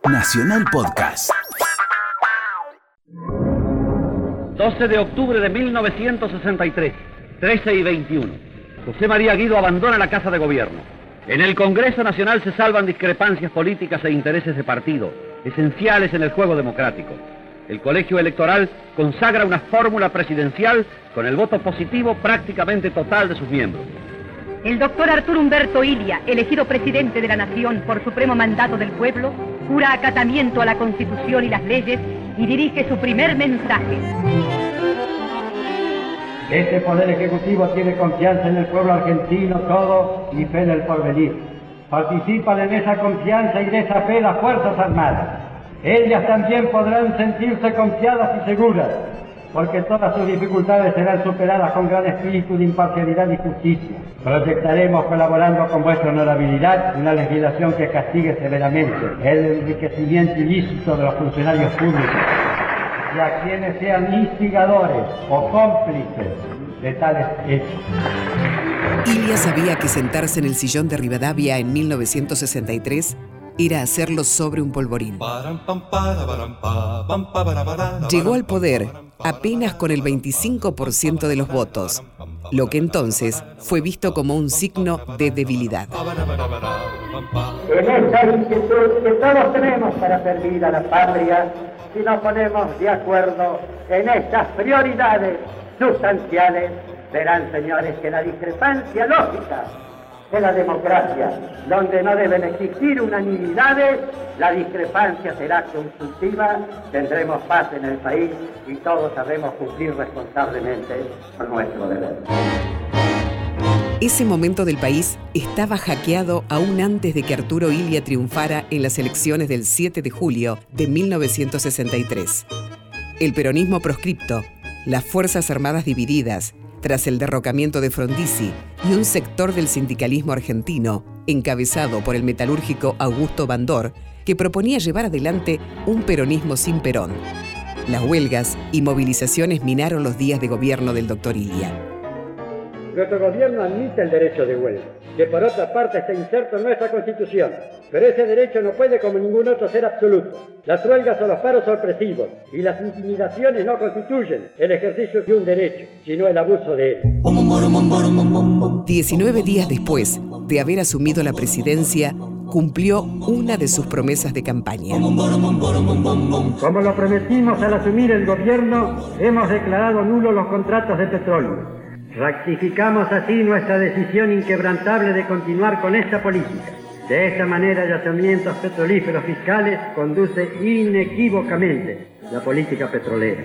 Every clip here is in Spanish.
Nacional Podcast. 12 de octubre de 1963, 13:21. José María Guido abandona la Casa de Gobierno. En el Congreso Nacional se salvan discrepancias políticas e intereses de partido, esenciales en el juego democrático. El colegio electoral consagra una fórmula presidencial con el voto positivo prácticamente total de sus miembros. El doctor Arturo Humberto Ilia, elegido presidente de la Nación por supremo mandato del pueblo, jura acatamiento a la Constitución y las leyes y dirige su primer mensaje. Este Poder Ejecutivo tiene confianza en el pueblo argentino todo y fe en el porvenir. Participan en esa confianza y de esa fe las Fuerzas Armadas. Ellas también podrán sentirse confiadas y seguras, porque todas sus dificultades serán superadas con gran espíritu de imparcialidad y justicia. Proyectaremos, colaborando con vuestra honorabilidad, una legislación que castigue severamente el enriquecimiento ilícito de los funcionarios públicos y a quienes sean instigadores o cómplices de tales hechos. Ilia sabía que sentarse en el sillón de Rivadavia en 1963 era hacerlo sobre un polvorín. Llegó al poder apenas con el 25% de los votos, lo que entonces fue visto como un signo de debilidad. En esta inquietud que todos tenemos para servir a la patria, si nos ponemos de acuerdo en estas prioridades sustanciales, verán, señores, que la discrepancia lógica de la democracia, donde no deben existir unanimidades, la discrepancia será constructiva, tendremos paz en el país y todos sabremos cumplir responsablemente con nuestro deber. Ese momento del país estaba hackeado aún antes de que Arturo Ilia triunfara en las elecciones del 7 de julio de 1963. El peronismo proscripto, las Fuerzas Armadas divididas, tras el derrocamiento de Frondizi, y un sector del sindicalismo argentino, encabezado por el metalúrgico Augusto Bandor, que proponía llevar adelante un peronismo sin Perón. Las huelgas y movilizaciones minaron los días de gobierno del doctor Ilia. Nuestro gobierno admite el derecho de huelga, que por otra parte está inserto en nuestra Constitución, pero ese derecho no puede, como ningún otro, ser absoluto. Las huelgas o los paros sorpresivos y las intimidaciones no constituyen el ejercicio de un derecho, sino el abuso de él. 19 días después de haber asumido la presidencia, cumplió una de sus promesas de campaña. Como lo prometimos al asumir el gobierno, hemos declarado nulos los contratos de petróleo. Ratificamos así nuestra decisión inquebrantable de continuar con esta política. De esta manera, yacimientos petrolíferos fiscales conduce inequívocamente la política petrolera.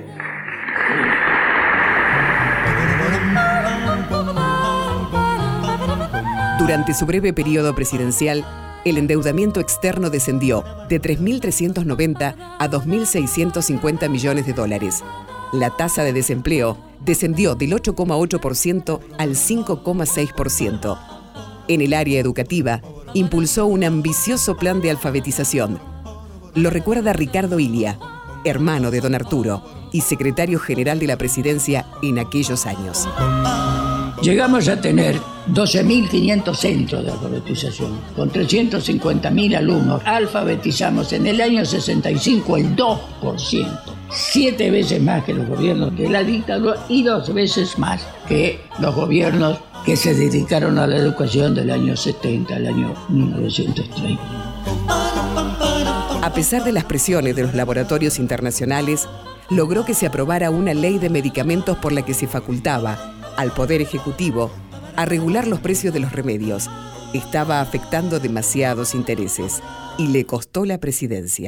Durante su breve periodo presidencial, el endeudamiento externo descendió de 3.390 a 2.650 millones de dólares. La tasa de desempleo descendió del 8,8% al 5,6%. En el área educativa, impulsó un ambicioso plan de alfabetización. Lo recuerda Ricardo Ilia, hermano de don Arturo y secretario general de la presidencia en aquellos años. Llegamos a tener 12.500 centros de alfabetización, con 350.000 alumnos. Alfabetizamos en el año 65 el 2%, 7 veces más que los gobiernos de la dictadura y 2 veces más que los gobiernos que se dedicaron a la educación del año 70 al año 1930. A pesar de las presiones de los laboratorios internacionales, logró que se aprobara una ley de medicamentos por la que se facultaba al Poder Ejecutivo a regular los precios de los remedios. Estaba afectando demasiados intereses y le costó la presidencia.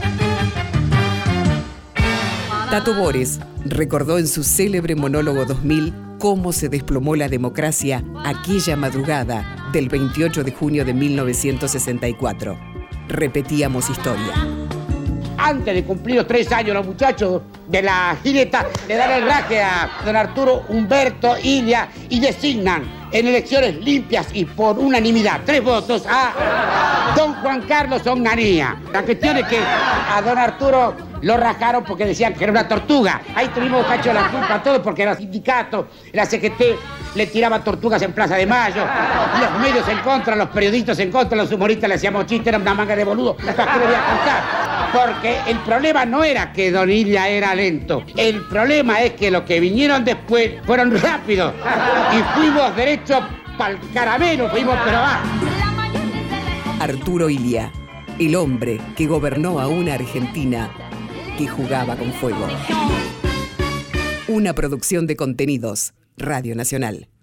Tato Bores recordó en su célebre monólogo 2000 cómo se desplomó la democracia aquella madrugada del 28 de junio de 1964. Repetíamos historia. Antes de cumplir los 3 años, los muchachos de la Gineta le dan el raje a don Arturo Humberto Ilia y designan en elecciones limpias y por unanimidad 3 votos a don Juan Carlos Onganía. La cuestión es que a don Arturo lo rajaron porque decían que era una tortuga. Ahí tuvimos cacho de la culpa todo porque era sindicato, la CGT le tiraba tortugas en Plaza de Mayo, los medios en contra, los periodistas en contra, los humoristas le hacíamos chistes, era una manga de boludo. ¿Para qué le voy a contar? Porque el problema no era que Don Ilia era lento, el problema es que los que vinieron después fueron rápidos y fuimos derecho pa'l caramelo, fuimos pero va. Arturo Ilia, el hombre que gobernó a una Argentina que jugaba con fuego. Una producción de Contenidos, Radio Nacional.